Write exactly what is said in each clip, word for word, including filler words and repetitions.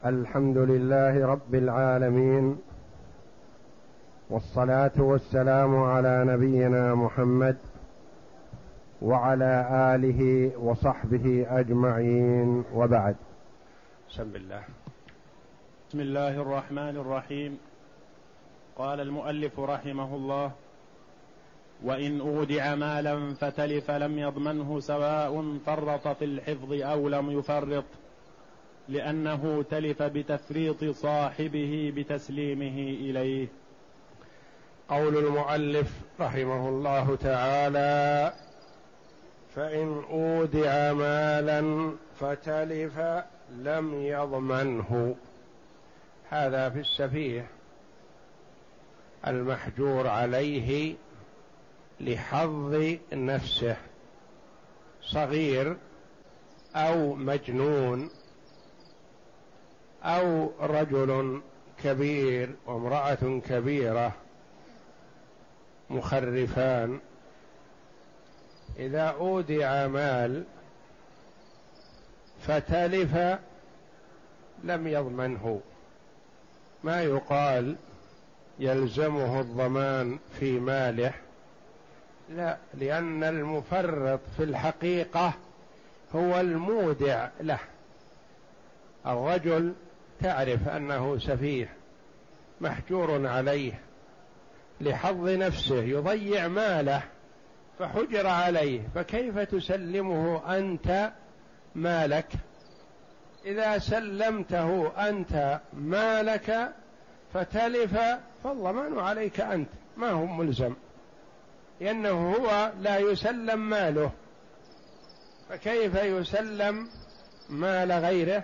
الحمد لله رب العالمين، والصلاة والسلام على نبينا محمد وعلى آله وصحبه أجمعين، وبعد. بسم الله. بسم الله الرحمن الرحيم. قال المؤلف رحمه الله: وإن أودع مالا فتلف لم يضمنه، سواء فرط في الحفظ أو لم يفرط، لأنه تلف بتفريط صاحبه بتسليمه إليه. قول المؤلف رحمه الله تعالى: فإن أودع مالا فتلف لم يضمنه. هذا في السفيه المحجور عليه لحظ نفسه، صغير أو مجنون أو رجل كبير وامرأة كبيرة مخرفان. إذا أودع مال فتلف لم يضمنه، ما يقال يلزمه الضمان في ماله، لا، لأن المفرط في الحقيقة هو المودع له. الرجل تعرف أنه سفيه محجور عليه لحظ نفسه، يضيع ماله فحجر عليه، فكيف تسلمه أنت مالك؟ إذا سلمته أنت مالك فتلف فالضمان عليك أنت، ما هو ملزم، لأنه هو لا يسلم ماله، فكيف يسلم مال غيره؟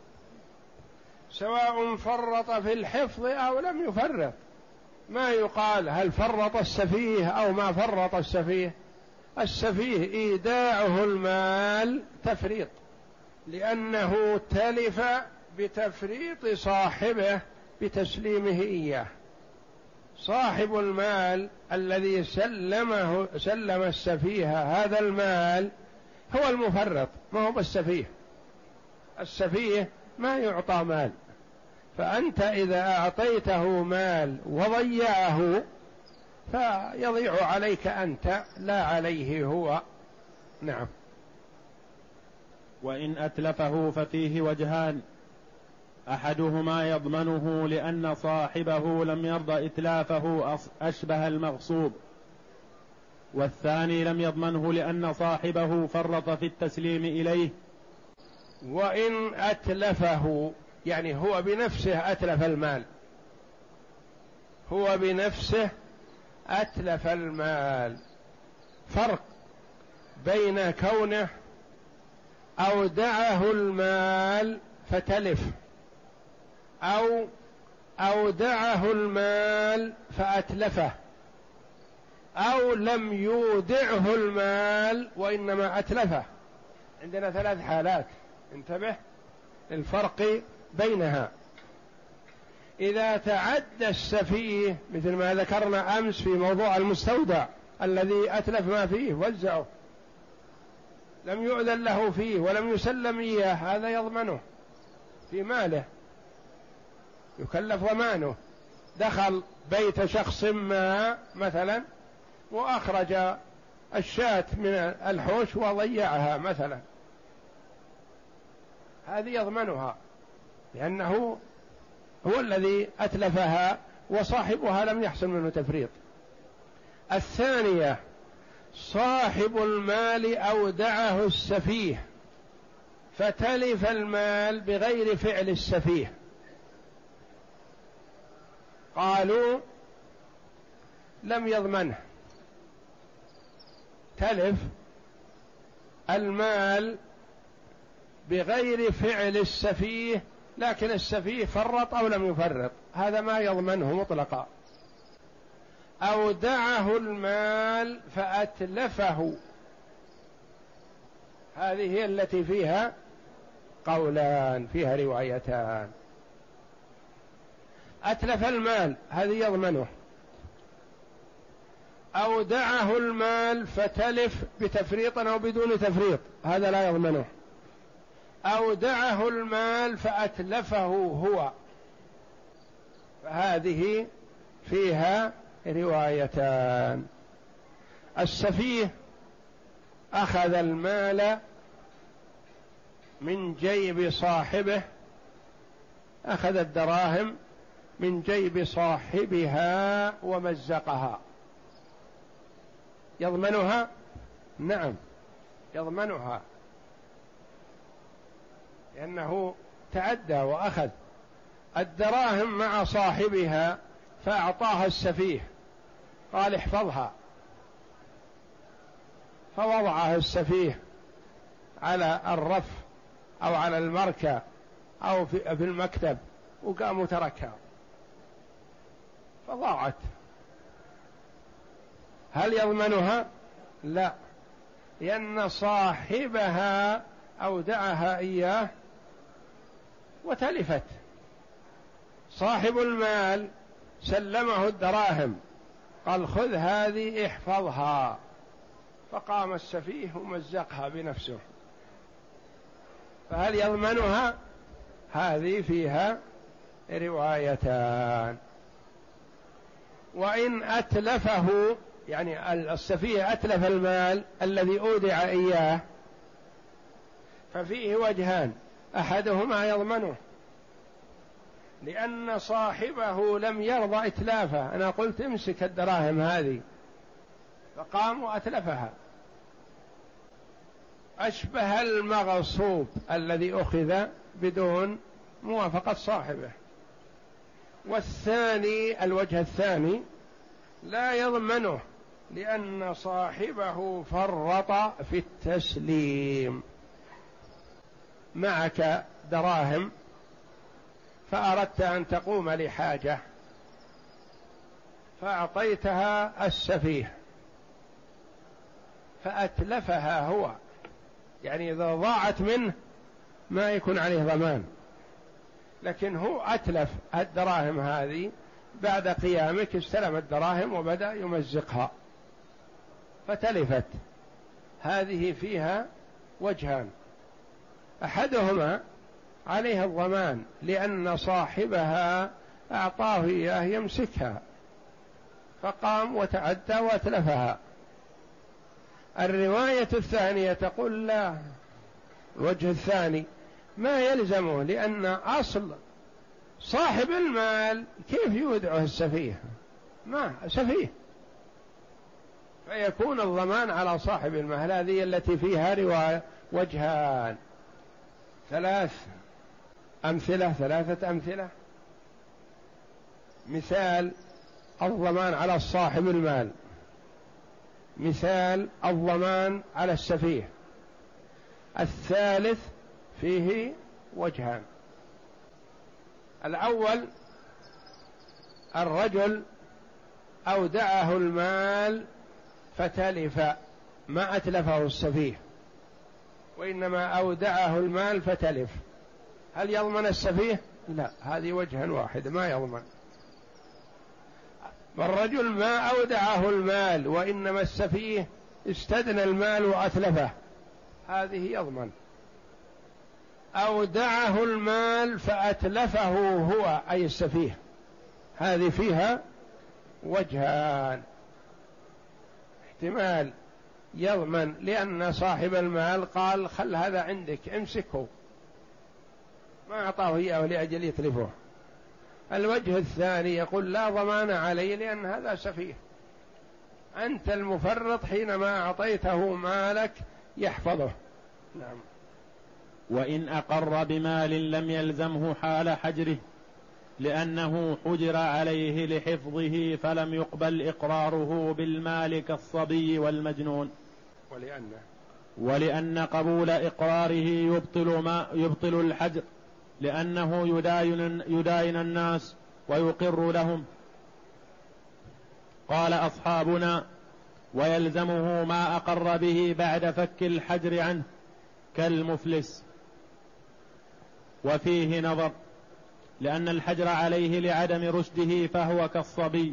سواء فرط في الحفظ أو لم يفرط، ما يقال هل فرط السفيه أو ما فرط السفيه. السفيه إيداعه المال تفريط، لأنه تلف بتفريط صاحبه بتسليمه إياه. صاحب المال الذي سلمه سلم السفيه هذا المال هو المفرط، ما هو بالسفيه. السفيه ما يعطى مال، فأنت إذا أعطيته مال وضيعه فيضيع عليك أنت لا عليه هو. نعم. وإن أتلفه ففيه وجهان: أحدهما يضمنه لأن صاحبه لم يرض إتلافه أشبه المغصوب، والثاني لم يضمنه لأن صاحبه فرط في التسليم إليه. وإن أتلفه يعني هو بنفسه أتلف المال، هو بنفسه أتلف المال. فرق بين كونه أودعه المال فتلف، أو أودعه المال فأتلفه، أو لم يودعه المال وإنما أتلفه. عندنا ثلاث حالات، انتبه الفرق بينها. إذا تعدى السفيه مثل ما ذكرنا أمس في موضوع المستودع الذي أتلف ما فيه وزعه، لم يؤذن له فيه ولم يسلم إياه، هذا يضمنه في ماله، يكلف ضمانه. دخل بيت شخص ما مثلا وأخرج الشاة من الحوش وضيعها مثلا، هذه يضمنها لأنه هو الذي أتلفها وصاحبها لم يحصل منه تفريط. الثانية صاحب المال أودعه السفيه فتلف المال بغير فعل السفيه، قالوا لم يضمنه، تلف المال بغير فعل السفيه، لكن السفيه فرط أو لم يفرط، هذا ما يضمنه مطلقا. أودعه المال فأتلفه، هذه هي التي فيها قولان، فيها روايتان. أتلف المال هذه يضمنه، أودعه المال فتلف بتفريط أو بدون تفريط هذا لا يضمنه. أودعه المال فأتلفه هو، فهذه فيها روايتان. السفيه أخذ المال من جيب صاحبه، أخذ الدراهم من جيب صاحبها ومزقها، يضمنها؟ نعم يضمنها، لأنه تعدى وأخذ الدراهم مع صاحبها فأعطاها السفيه، قال احفظها، فوضعها السفيه على الرف أو على المركة أو في المكتب وقام تركها فضاعت، هل يضمنها؟ لا، لأن صاحبها أودعها إياه وتلفت. صاحب المال سلمه الدراهم قال خذ هذه احفظها، فقام السفيه ومزقها بنفسه، فهل يضمنها؟ هذه فيها روايتان. وإن أتلفه، يعني السفيه أتلف المال الذي أودع إياه، ففيه وجهان، أحدهما يضمنه لأن صاحبه لم يرضى إتلافه، أنا قلت امسك الدراهم هذه فقام وأتلفها، أشبه المغصوب الذي أخذ بدون موافقة صاحبه. والثاني الوجه الثاني لا يضمنه لأن صاحبه فرط في التسليم. معك دراهم فأردت أن تقوم لحاجة فأعطيتها السفيه فأتلفها هو، يعني إذا ضاعت منه ما يكون عليه ضمان، لكن هو أتلف الدراهم هذه بعد قيامك، استلم الدراهم وبدأ يمزقها فتلفت، هذه فيها وجهان، أحدهما عليها الضمان لأن صاحبها أعطاه إياه يمسكها فقام وتعدى وأتلفها. الرواية الثانية تقول لا، الوجه الثاني ما يلزمه، لأن أصل صاحب المال كيف يودعه السفيه؟ ما سفيه، فيكون الضمان على صاحب المال. هذه التي فيها رواية وجهان. ثلاث أمثلة، ثلاثة أمثلة. مثال الضمان على صاحب المال، مثال الضمان على السفيه، الثالث فيه وجهان. الأول الرجل أودعه المال فتلف، ما أتلفه السفيه وإنما أودعه المال فتلف، هل يضمن السفيه؟ لا، هذه وجه واحد ما يضمن. والرجل ما أودعه المال وإنما السفيه استدنى المال وأتلفه، هذه يضمن. أودعه المال فأتلفه هو أي السفيه، هذه فيها وجهان. احتمال يضمن لأن صاحب المال قال خل هذا عندك امسكه، ما أعطاه إياه لأجل يتلفه. الوجه الثاني يقول لا ضمان عليه لأن هذا سفيه، أنت المفرط حينما أعطيته مالك يحفظه. نعم. وإن أقر بمال لم يلزمه حال حجره لأنه حجر عليه لحفظه فلم يقبل إقراره بالمال كالصبي والمجنون. ولأن ولأن قبول إقراره يبطل ما يبطل الحجر لأنه يداين, يداين الناس ويقر لهم. قال أصحابنا ويلزمه ما أقر به بعد فك الحجر عنه كالمفلس. وفيه نظر، لأن الحجر عليه لعدم رشده فهو كالصبي،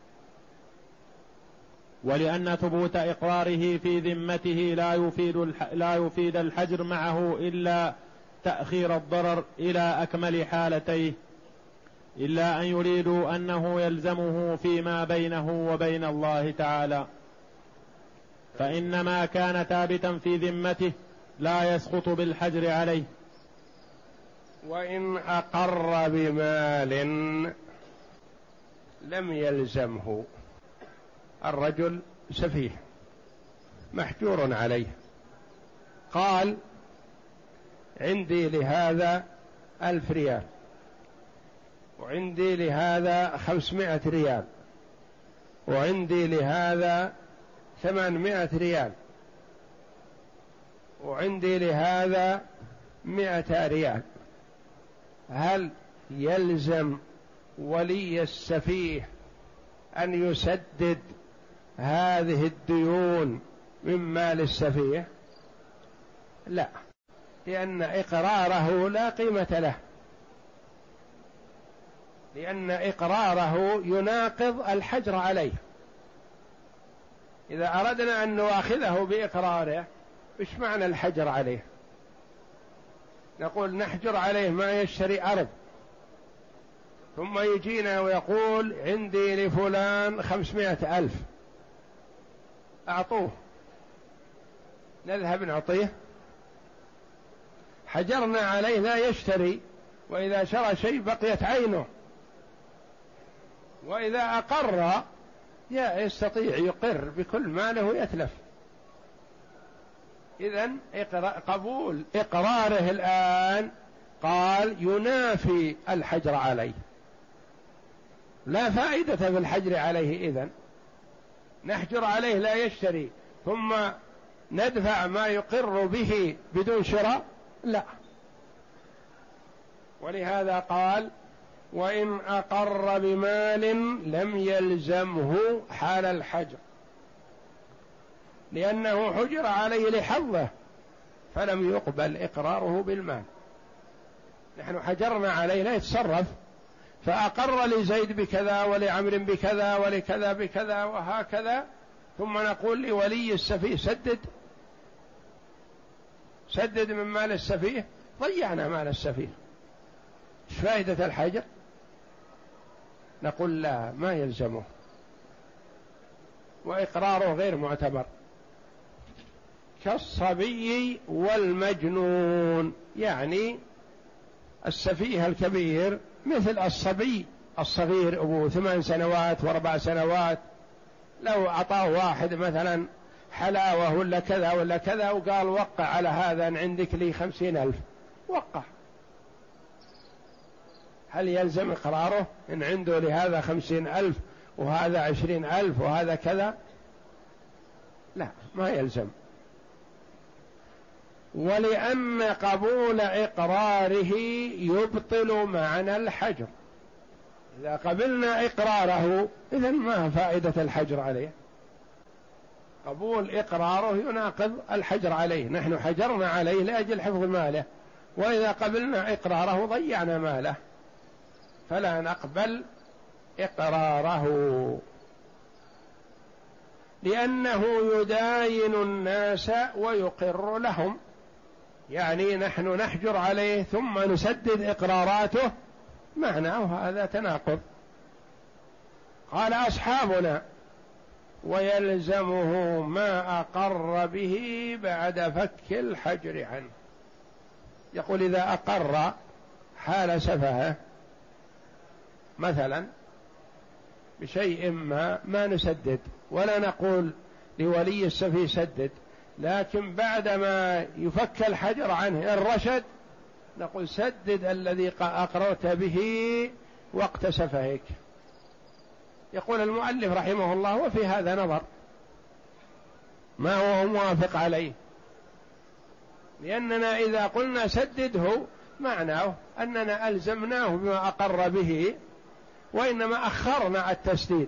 ولأن ثبوت إقراره في ذمته لا يفيد لا يفيد الحجر معه إلا تأخير الضرر إلى أكمل حالتيه، إلا أن يريدوا أنه يلزمه فيما بينه وبين الله تعالى، فإنما كان ثابتا في ذمته لا يسقط بالحجر عليه. وإن أقر بمال لم يلزمه. الرجل سفيه محجور عليه، قال عندي لهذا ألف ريال، وعندي لهذا خمسمائة ريال، وعندي لهذا ثمانمائة ريال، وعندي لهذا مائة ريال. هل يلزم ولي السفيه أن يسدد هذه الديون من مال السفيه؟ لا، لأن إقراره لا قيمة له، لأن إقراره يناقض الحجر عليه. إذا أردنا أن نؤاخذه بإقراره، إيش معنى الحجر عليه؟ نقول نحجر عليه ما يشتري أرض، ثم يجينا ويقول عندي لفلان خمسمائة ألف، أعطوه، نذهب نعطيه؟ حجرنا عليه لا يشتري، وإذا شرى شيء بقيت عينه، وإذا أقر يستطيع يقر بكل ماله يتلف. إذن قبول إقراره الآن قال ينافي الحجر عليه، لا فائدة في الحجر عليه. إذن نحجر عليه لا يشتري ثم ندفع ما يقر به بدون شراء؟ لا. ولهذا قال وإن أقر بمال لم يلزمه حال الحجر، لأنه حجر عليه لحظه فلم يقبل إقراره بالمال. نحن حجرنا عليه لا يتصرف، فأقر لزيد بكذا ولعمر بكذا ولكذا بكذا وهكذا، ثم نقول لولي السفيه سدد سدد من مال السفيه، ضيعنا مال السفيه، ايش فائدة الحجر؟ نقول لا، ما يلزمه، وإقراره غير معتبر. كالصبي والمجنون، يعني السفيه الكبير مثل الصبي الصغير أبوه ثمان سنوات وأربع سنوات، لو أعطاه واحد مثلا حلاوة ولا كذا ولا كذا وقال وقع على هذا أن عندك لي خمسين ألف، وقع، هل يلزم إقراره إن عنده لهذا خمسين ألف وهذا عشرين ألف وهذا كذا؟ لا، ما يلزم. ولأن قبول إقراره يبطل معنى الحجر، إذا قبلنا إقراره إذن ما فائدة الحجر عليه؟ قبول إقراره يناقض الحجر عليه، نحن حجرنا عليه لأجل حفظ ماله، وإذا قبلنا إقراره ضيعنا ماله، فلا نقبل إقراره، لأنه يداين الناس ويقر لهم، يعني نحن نحجر عليه ثم نسدد إقراراته، معناه هذا تناقض. قال أصحابنا ويلزمه ما أقر به بعد فك الحجر عنه. يقول إذا أقر حال سفهه مثلا بشيء ما ما نسدد ولا نقول لولي السفيه سدد، لكن بعدما يفك الحجر عنه إن رشد نقول سدد الذي أقررت به وقت سفهك. يقول المؤلف رحمه الله وفي هذا نظر، ما هو موافق عليه، لأننا إذا قلنا سدده معناه أننا ألزمناه بما أقر به، وإنما أخرنا التسديد،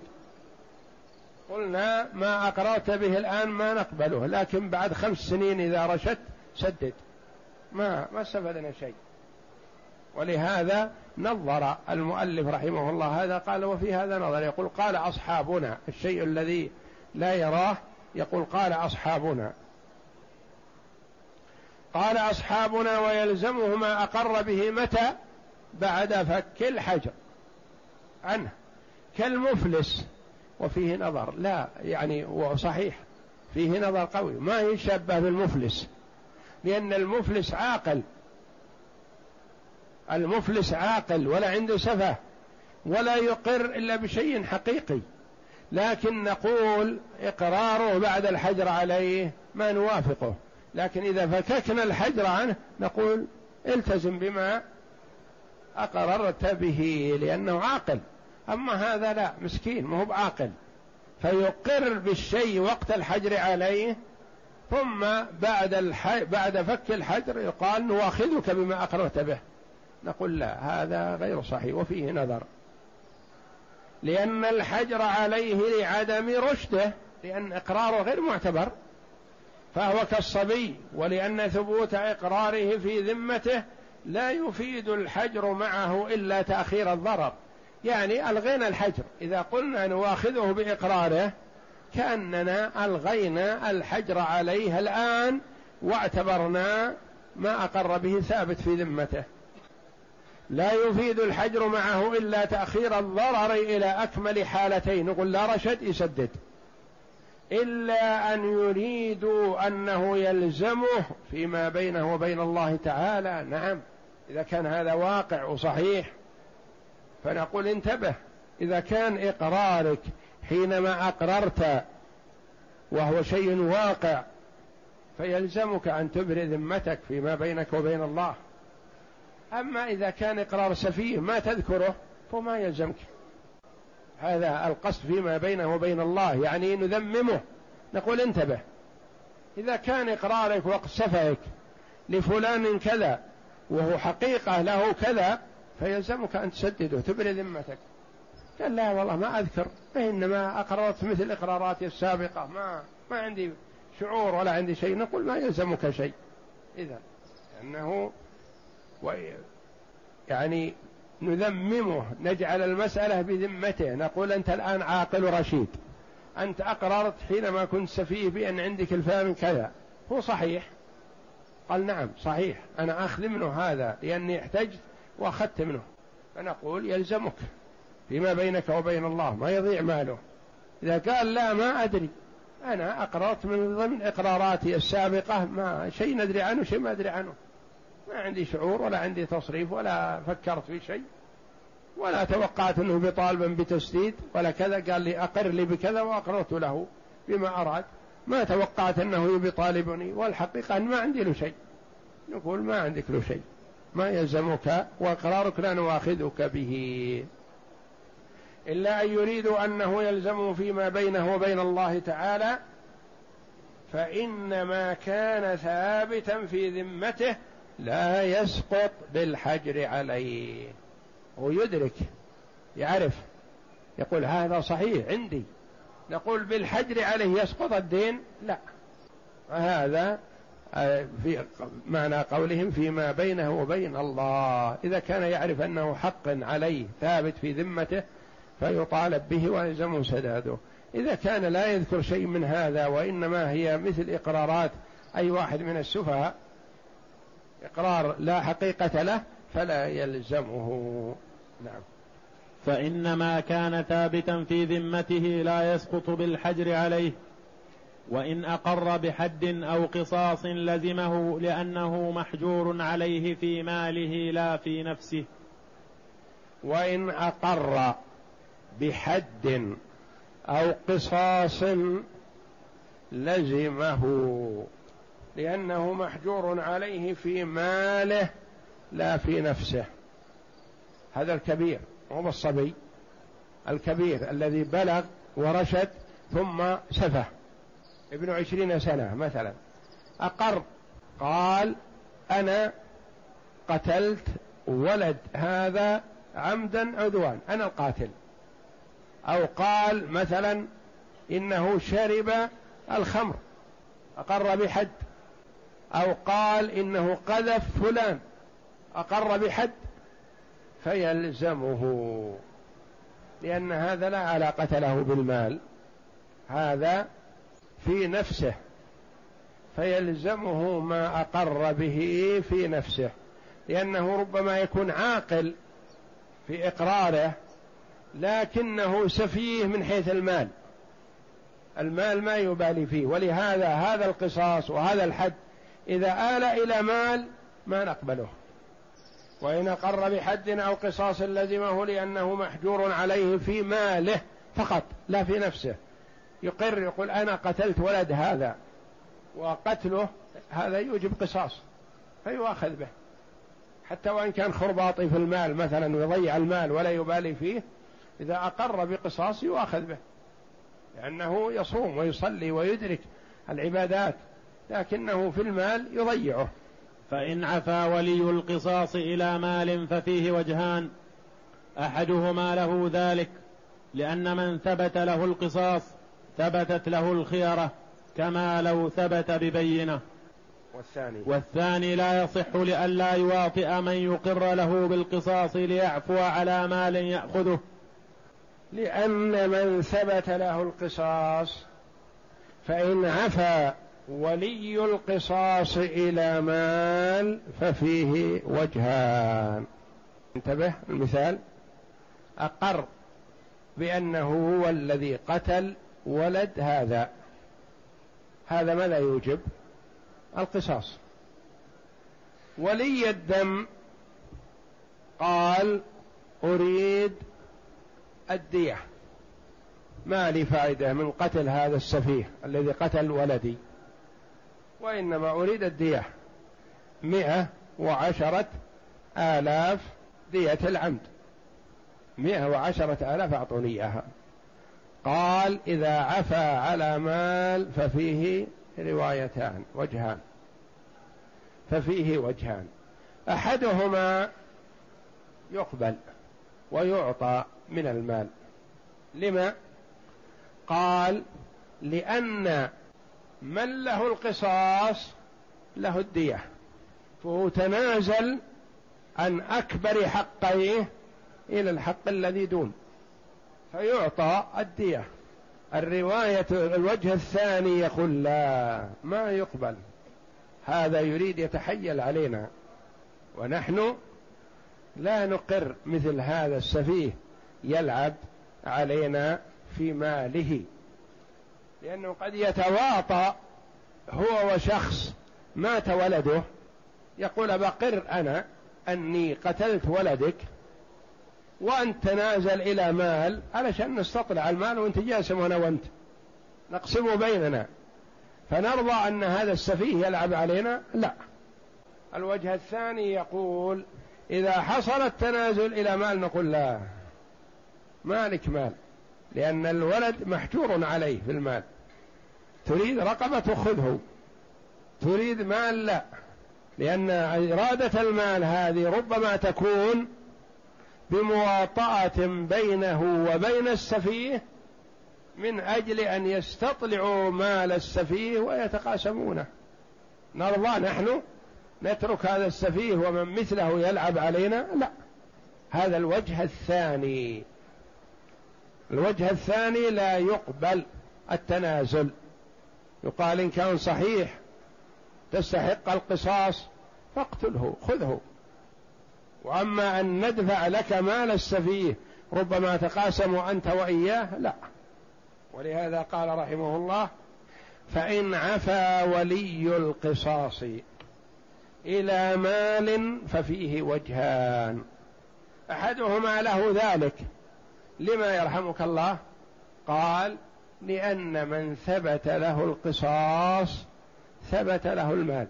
قلنا ما أقررت به الآن ما نقبله، لكن بعد خمس سنين إذا رشدت سدد، ما ما استفدنا شيء. ولهذا نظر المؤلف رحمه الله هذا، قال وفي هذا نظر. يقول قال أصحابنا، الشيء الذي لا يراه يقول قال أصحابنا. قال أصحابنا ويلزمه ما أقر به متى؟ بعد فك الحجر عنه، كالمفلس. وفيه نظر، لا يعني وصحيح فيه نظر قوي، ما يشبه بالمفلس، لأن المفلس عاقل، المفلس عاقل ولا عنده سفه ولا يقر إلا بشيء حقيقي، لكن نقول إقراره بعد الحجر عليه ما نوافقه، لكن إذا فككنا الحجر عنه نقول التزم بما أقررت به لأنه عاقل. أما هذا لا، مسكين ما هو بعاقل، فيقر بالشيء وقت الحجر عليه، ثم بعد الح... بعد فك الحجر يقال نواخذك بما أقررت به، نقول لا، هذا غير صحيح وفيه نظر، لأن الحجر عليه لعدم رشده، لأن إقراره غير معتبر فهو كالصبي، ولأن ثبوت إقراره في ذمته لا يفيد الحجر معه إلا تأخير الضرر. يعني ألغينا الحجر، إذا قلنا نواخذه بإقراره كأننا ألغينا الحجر عليه الآن واعتبرنا ما أقر به ثابت في ذمته. لا يفيد الحجر معه إلا تأخير الضرر إلى أكمل حالتين، نقول لا رشد يسدد، إلا أن يريدوا أنه يلزمه فيما بينه وبين الله تعالى. نعم، إذا كان هذا واقع وصحيح فنقول انتبه، إذا كان إقرارك حينما أقررت وهو شيء واقع فيلزمك أن تبرئ ذمتك فيما بينك وبين الله. أما إذا كان إقرار سفيه ما تذكره فما يلزمك، هذا القصد فيما بينه وبين الله، يعني نذممه، نقول انتبه، إذا كان إقرارك وقت سفهك لفلان كذا وهو حقيقة له كذا فيلزمك أن تسدده تبرئ ذمتك. قال لا والله ما أذكر، إنما أقررت مثل إقراراتي السابقة، ما ما عندي شعور ولا عندي شيء، نقول ما يلزمك شيء. إذا أنه يعني نذممه، نجعل المسألة بذمته، نقول أنت الآن عاقل رشيد، أنت أقررت حينما كنت سفيه بأن عندك الفهم كذا، هو صحيح؟ قال نعم صحيح، أنا أخذ منه هذا لأني احتجت وأخذت منه، فنقول يلزمك فيما بينك وبين الله، ما يضيع ماله. إذا قال لا ما أدري، أنا أقررت من ضمن إقراراتي السابقة ما شيء ندري عنه شيء ما أدري عنه، ما عندي شعور ولا عندي تصريف ولا فكرت في شيء ولا توقعت أنه بطالبا بتسديد ولا كذا، قال لي أقر لي بكذا وأقررت له بما أراد، ما توقعت أنه بطالبني، والحقيقة أن ما عندي له شيء، نقول ما عندك له شيء، ما يلزمك وإقرارك لا نواخذك به، إلا أن يريدوا أنه يلزمه فيما بينه وبين الله تعالى، فإنما كان ثابتا في ذمته لا يسقط بالحجر عليه. ويدرك يعرف يقول هذا صحيح عندي، نقول بالحجر عليه يسقط الدين؟ لا. هذا في معنى قولهم فيما بينه وبين الله، إذا كان يعرف أنه حق عليه ثابت في ذمته فيطالب به ويلزمه سداده. إذا كان لا يذكر شيء من هذا وإنما هي مثل إقرارات أي واحد من السفهاء، إقرار لا حقيقة له، فلا يلزمه. نعم. فإنما كان ثابتا في ذمته لا يسقط بالحجر عليه، وإن أقر بحد أو قصاص لزمه لأنه محجور عليه في ماله لا في نفسه. وإن أقر بحد أو قصاص لزمه لأنه محجور عليه في ماله لا في نفسه. هذا الكبير مو بالصبي، الكبير الذي بلغ ورشد ثم سفه، ابن عشرين سنة مثلا، أقر قال أنا قتلت ولد هذا عمدا عدوان، أنا القاتل، أو قال مثلا إنه شرب الخمر أقر بحد، أو قال إنه قذف فلان أقر بحد، فيلزمه، لأن هذا لا علاقة له بالمال، هذا في نفسه، فيلزمه ما أقر به في نفسه، لأنه ربما يكون عاقل في إقراره لكنه سفيه من حيث المال، المال ما يبالي فيه، ولهذا هذا القصاص وهذا الحد إذا آل إلى مال ما نقبله. وإن أقر بحد أو قصاص لزمه لأنه محجور عليه في ماله فقط لا في نفسه، يقر يقول أنا قتلت ولد هذا، وقتله هذا يوجب قصاص فيؤاخذ به، حتى وإن كان خرباطي في المال مثلا ويضيع المال ولا يبالي فيه، إذا أقر بقصاص يؤاخذ به، لأنه يصوم ويصلي ويدرك العبادات لكنه في المال يضيعه. فإن عفا ولي القصاص إلى مال ففيه وجهان، أحدهما له ذلك لأن من ثبت له القصاص ثبتت له الخيرة كما لو ثبت ببينة، والثاني, والثاني لا يصح لئلا يواطئ من يقر له بالقصاص ليعفو على مال يأخذه، لأن من ثبت له القصاص فإن عفا ولي القصاص إلى مال ففيه وجهان. انتبه المثال، أقر بأنه هو الذي قتل ولد هذا، هذا ماذا يوجب؟ القصاص. ولي الدم قال أريد الدية، ما لي فائدة من قتل هذا السفيه الذي قتل ولدي، وإنما أريد الدية مئة وعشرة آلاف دية العمد، مئة وعشرة آلاف أعطوني إياها. قال إذا عفا على مال ففيه روايتان وجهان، ففيه وجهان، أحدهما يقبل ويعطى من المال. لما؟ قال لأن من له القصاص له الدية، فهو تنازل عن أكبر حقيه إلى الحق الذي دون فيعطى الدية. الرواية الوجه الثاني يقول لا ما يقبل، هذا يريد يتحيل علينا، ونحن لا نقر مثل هذا السفيه يلعب علينا في ماله، لأنه قد يتواطأ هو وشخص مات ولده يقول بقر أنا أني قتلت ولدك وأنت تنازل إلى مال علشان نستطلع المال وأنت جاسم وأنا وأنت نقسمه بيننا، فنرضى أن هذا السفيه يلعب علينا؟ لا. الوجه الثاني يقول إذا حصل التنازل إلى مال نقول لا، مالك مال، لأن الولد محجور عليه في المال، تريد رقبة خذه، تريد مال لا، لأن إرادة المال هذه ربما تكون بمواطأة بينه وبين السفيه من أجل أن يستطلعوا مال السفيه ويتقاسمونه. نرضى نحن نترك هذا السفيه ومن مثله يلعب علينا؟ لا. هذا الوجه الثاني. الوجه الثاني لا يقبل التنازل، يقال إن كان صحيح تستحق القصاص فاقتله خذه، وأما أن ندفع لك مال السفيه ربما تقاسم أنت وإياه لا. ولهذا قال رحمه الله فإن عفا ولي القصاص إلى مال ففيه وجهان، أحدهما له ذلك. لما يرحمك الله؟ قال لأن من ثبت له القصاص ثبت له المال،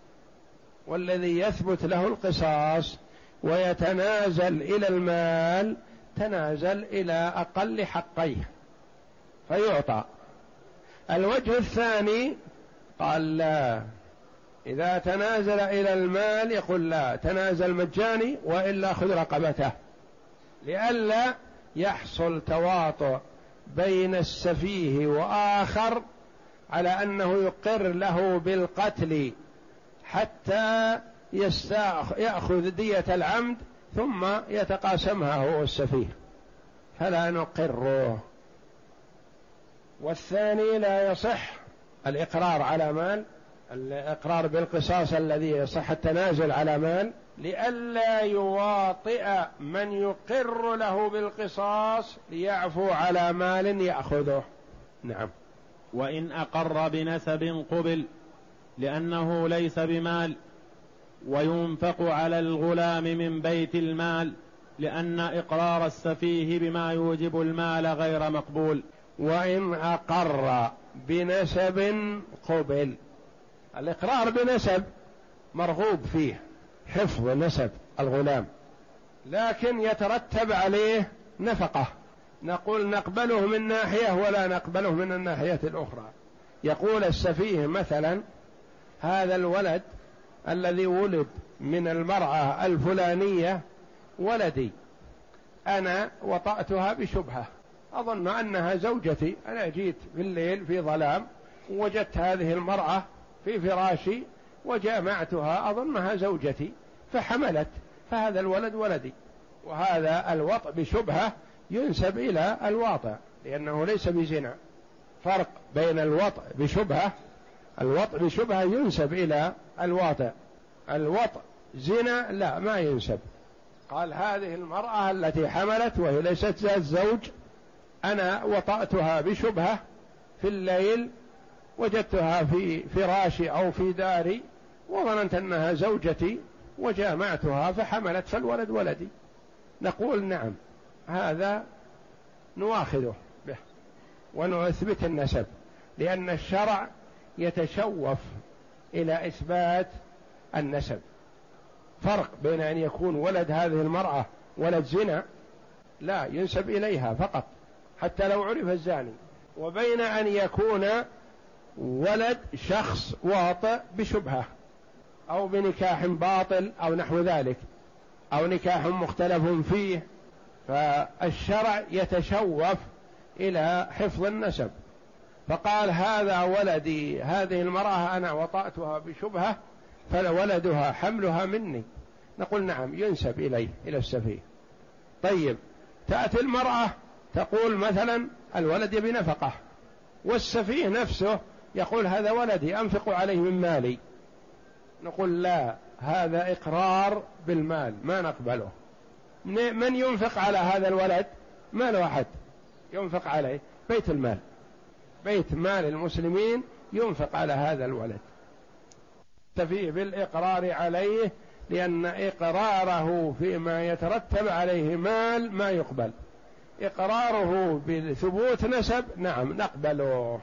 والذي يثبت له القصاص ويتنازل إلى المال تنازل إلى أقل حقيه فيعطى. الوجه الثاني قال لا، إذا تنازل إلى المال يقول لا، تنازل مجاني وإلا خذ رقبته، لئلا يحصل تواطؤ بين السفيه وآخر على أنه يقر له بالقتل حتى يأخذ دية العمد ثم يتقاسمها هو السفيه، فلا نقره. والثاني لا يصح الإقرار على مال الإقرار بالقصاص الذي يصح التنازل على مال لئلا يواطئ من يقر له بالقصاص ليعفو على مال يأخذه. نعم. وإن أقر بنسب قبل لأنه ليس بمال، وينفق على الغلام من بيت المال لأن إقرار السفيه بما يوجب المال غير مقبول. وإن أقر بنسب قبل، الإقرار بنسب مرغوب فيه حفظ نسب الغلام، لكن يترتب عليه نفقة، نقول نقبله من ناحية ولا نقبله من الناحية الأخرى. يقول السفيه مثلا هذا الولد الذي ولد من المرأة الفلانية ولدي، أنا وطأتها بشبهة، أظن أنها زوجتي، أنا جيت في الليل في ظلام ووجدت هذه المرأة في فراشي وجامعتها، أظنها زوجتي فحملت، فهذا الولد ولدي. وهذا الوطء بشبهة ينسب إلى الواطئ لأنه ليس بزنا. فرق بين الوطء بشبهة، الوطء بشبهة ينسب إلى الواطئ، الوطء زنا لا ما ينسب. قال هذه المرأة التي حملت وهي ليست ذات زوج أنا وطأتها بشبهة في الليل، وجدتها في فراشي أو في داري وظننت أنها زوجتي وجامعتها فحملت فالولد ولدي. نقول نعم هذا نواخذه به ونثبت النسب، لأن الشرع يتشوف إلى إثبات النسب. فرق بين أن يكون ولد هذه المرأة ولد زنا لا ينسب إليها فقط حتى لو عرف الزاني، وبين أن يكون ولد شخص واطئ بشبهة أو بنكاح باطل أو نحو ذلك، أو نكاح مختلف فيه. فالشرع يتشوف إلى حفظ النسب، فقال هذا ولدي، هذه المرأة أنا وطأتها بشبهة فولدها حملها مني، نقول نعم ينسب إليه إلى السفيه. طيب تأتي المرأة تقول مثلا الولد يبي نفقة، والسفيه نفسه يقول هذا ولدي أنفق عليه من مالي، نقول لا هذا إقرار بالمال ما نقبله. من ينفق على هذا الولد؟ ما له أحد ينفق عليه، بيت المال، بيت مال المسلمين ينفق على هذا الولد. تفيه بالإقرار عليه لأن إقراره فيما يترتب عليه مال ما يقبل، إقراره بثبوت نسب نعم نقبله.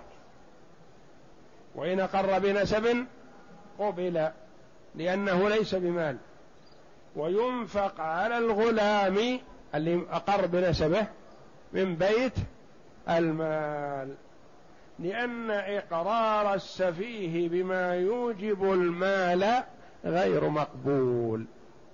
وإن أقر بنسب قبل لأنه ليس بمال. وينفق على الغلام اللي أقر بنسبه من بيت المال، لأن إقرار السفيه بما يوجب المال غير مقبول.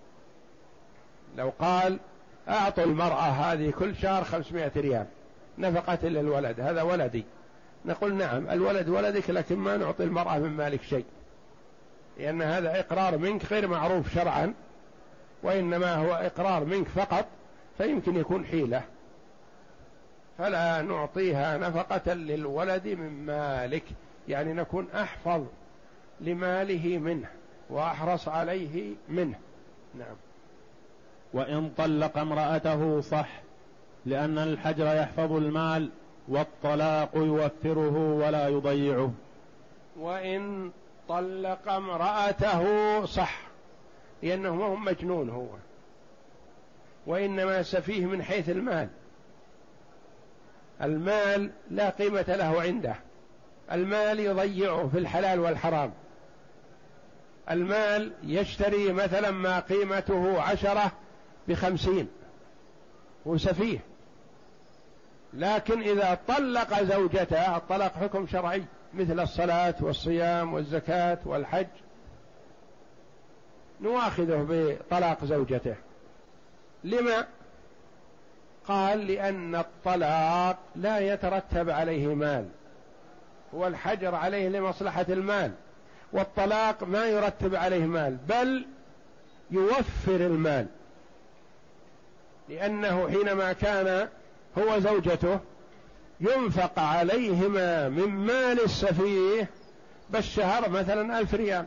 لو قال أعطوا المرأة هذه كل شهر خمسمائة ريال نفقة للولد، هذا ولدي، نقول نعم الولد ولدك لكن ما نعطي المرأة من مالك شيء، لأن هذا إقرار منك غير معروف شرعا، وإنما هو إقرار منك فقط، فيمكن يكون حيلة، فلا نعطيها نفقة للولد من مالك، يعني نكون أحفظ لماله منه وأحرص عليه منه. نعم. وإن طلق امرأته صح، لأن الحجر يحفظ المال والطلاق يوفره ولا يضيعه. وإن طلق امرأته صح، لأنه ما هو مجنون هو، وإنما سفيه من حيث المال، المال لا قيمة له عنده، المال يضيعه في الحلال والحرام، المال يشتري مثلا ما قيمته عشرة بخمسين وسفيه. لكن إذا طلق زوجته الطلاق حكم شرعي مثل الصلاة والصيام والزكاة والحج، نواخذه بطلاق زوجته. لما؟ قال لأن الطلاق لا يترتب عليه مال، هو الحجر عليه لمصلحة المال، والطلاق ما يرتب عليه مال بل يوفر المال، لأنه حينما كان هو زوجته ينفق عليهما من مال السفيه بالشهر مثلا ألف ريال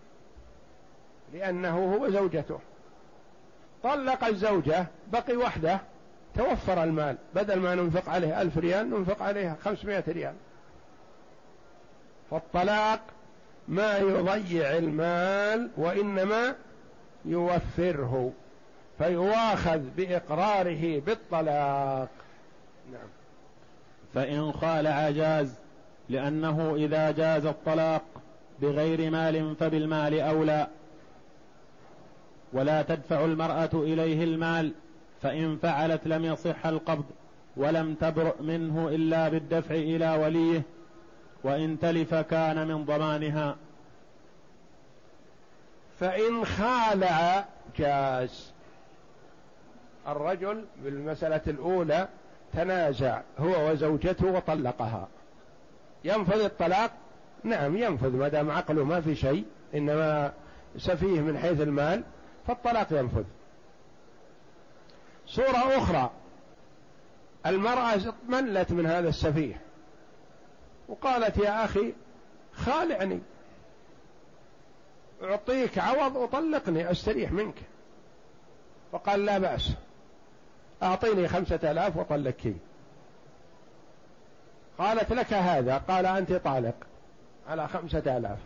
لأنه هو زوجته، طلق الزوجة بقي وحده، توفر المال، بدل ما ننفق عليه ألف ريال ننفق عليها خمسمائة ريال. فالطلاق ما يضيع المال وإنما يوفره، فيواخذ بإقراره بالطلاق. نعم. فإن خالع جاز، لأنه إذا جاز الطلاق بغير مال فبالمال أولى، ولا تدفع المرأة إليه المال، فإن فعلت لم يصح القبض، ولم تبرئ منه إلا بالدفع إلى وليه، وإن تلف كان من ضمانها. فإن خالع جاز. الرجل بالمسألة الأولى تنازع هو وزوجته وطلقها، ينفذ الطلاق؟ نعم ينفذ، ما دام عقله ما في شيء إنما سفيه من حيث المال، فالطلاق ينفذ. صورة أخرى، المرأة ملت من هذا السفيه وقالت يا أخي خالعني، أعطيك عوض وطلقني أستريح منك، فقال لا بأس، أعطيني خمسة آلاف وطلقك. قالت لك هذا، قال أنت طالق على خمسة آلاف،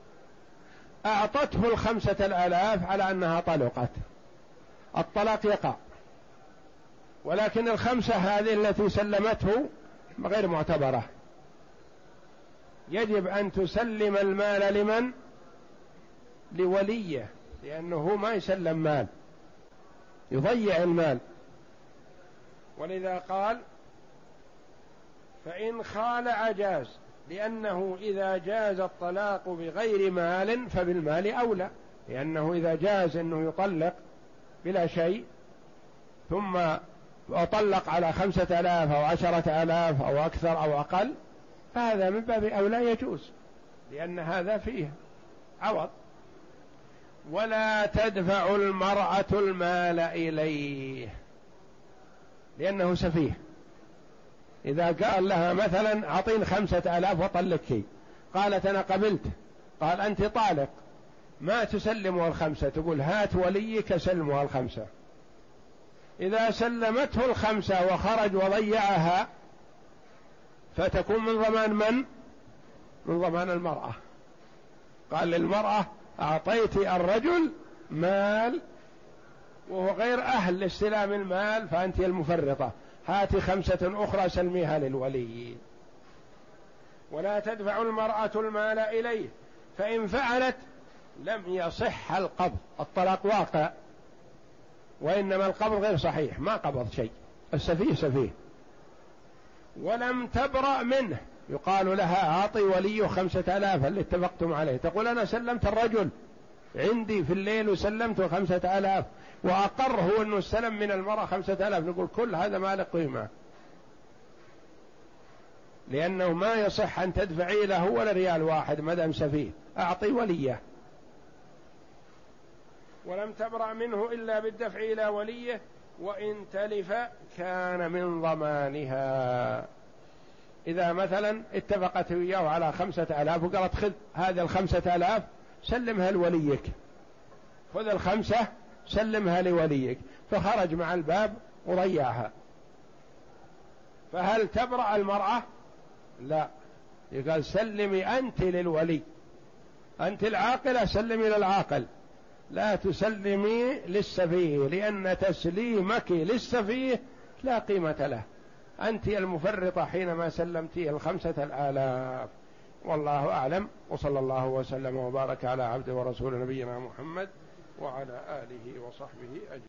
أعطته الخمسة الآلاف على أنها طلقت، الطلاق يقع، ولكن الخمسة هذه التي سلمته غير معتبرة، يجب أن تسلم المال لمن؟ لوليه، لأنه ما يسلم مال، يضيع المال. ولذا قال فإن خالع جاز، لأنه إذا جاز الطلاق بغير مال فبالمال أولى، لأنه إذا جاز أنه يطلق بلا شيء ثم أطلق على خمسة آلاف أو عشرة آلاف أو أكثر أو أقل، فهذا من باب أولى يجوز، لأن هذا فيه عوض. ولا تدفع المرأة المال إليه، لأنه سفيه. إذا قال لها مثلا أعطين خمسة آلاف وطلقك، قالت أنا قبلت، قال أنت طالق، ما تسلمها الخمسة، تقول هات وليك سلمها الخمسة. إذا سلمته الخمسة وخرج وضيعها فتكون من ضمان من؟ من ضمان المرأة. قال للمرأة أعطيت الرجل مال وهو غير أهل لاستلام المال فأنت المفرطة، هاتي خمسة أخرى سلميها للولي. ولا تدفع المرأة المال إليه، فإن فعلت لم يصح القبض، الطلاق واقع، وإنما القبض غير صحيح، ما قبض شيء، السفيه سفيه. ولم تبرأ منه، يقال لها أعطي ولي خمسة آلاف اللي اتفقتم عليه، تقول أنا سلمت الرجل عندي في الليل وسلمته خمسة آلاف وأقر هو أنه استلم من المرأة خمسة آلاف، نقول كل هذا ما له قيمة، لأنه ما يصح أن تدفعي له ولا ريال واحد ما دام سفيه، أعطي وليه. ولم تبرأ منه إلا بالدفع إلى وليه، وإن تلف كان من ضمانها. إذا مثلا اتفقت وياه على خمسة آلاف وقالت خذ هذه الخمسة آلاف سلمها لوليك، خذ الخمسة سلمها لوليك، فخرج مع الباب وضيعها، فهل تبرأ المرأة؟ لا، يقال سلمي أنت للولي، أنت العاقلة سلمي للعاقل، لا تسلمي للسفيه، لأن تسليمك للسفيه لا قيمة له، أنت المفرطة حينما سلمتيه الخمسة الآلاف. والله أعلم، وصلى الله وسلم وبارك على عبد ورسول نبينا محمد وعلى آله وصحبه أجمعين.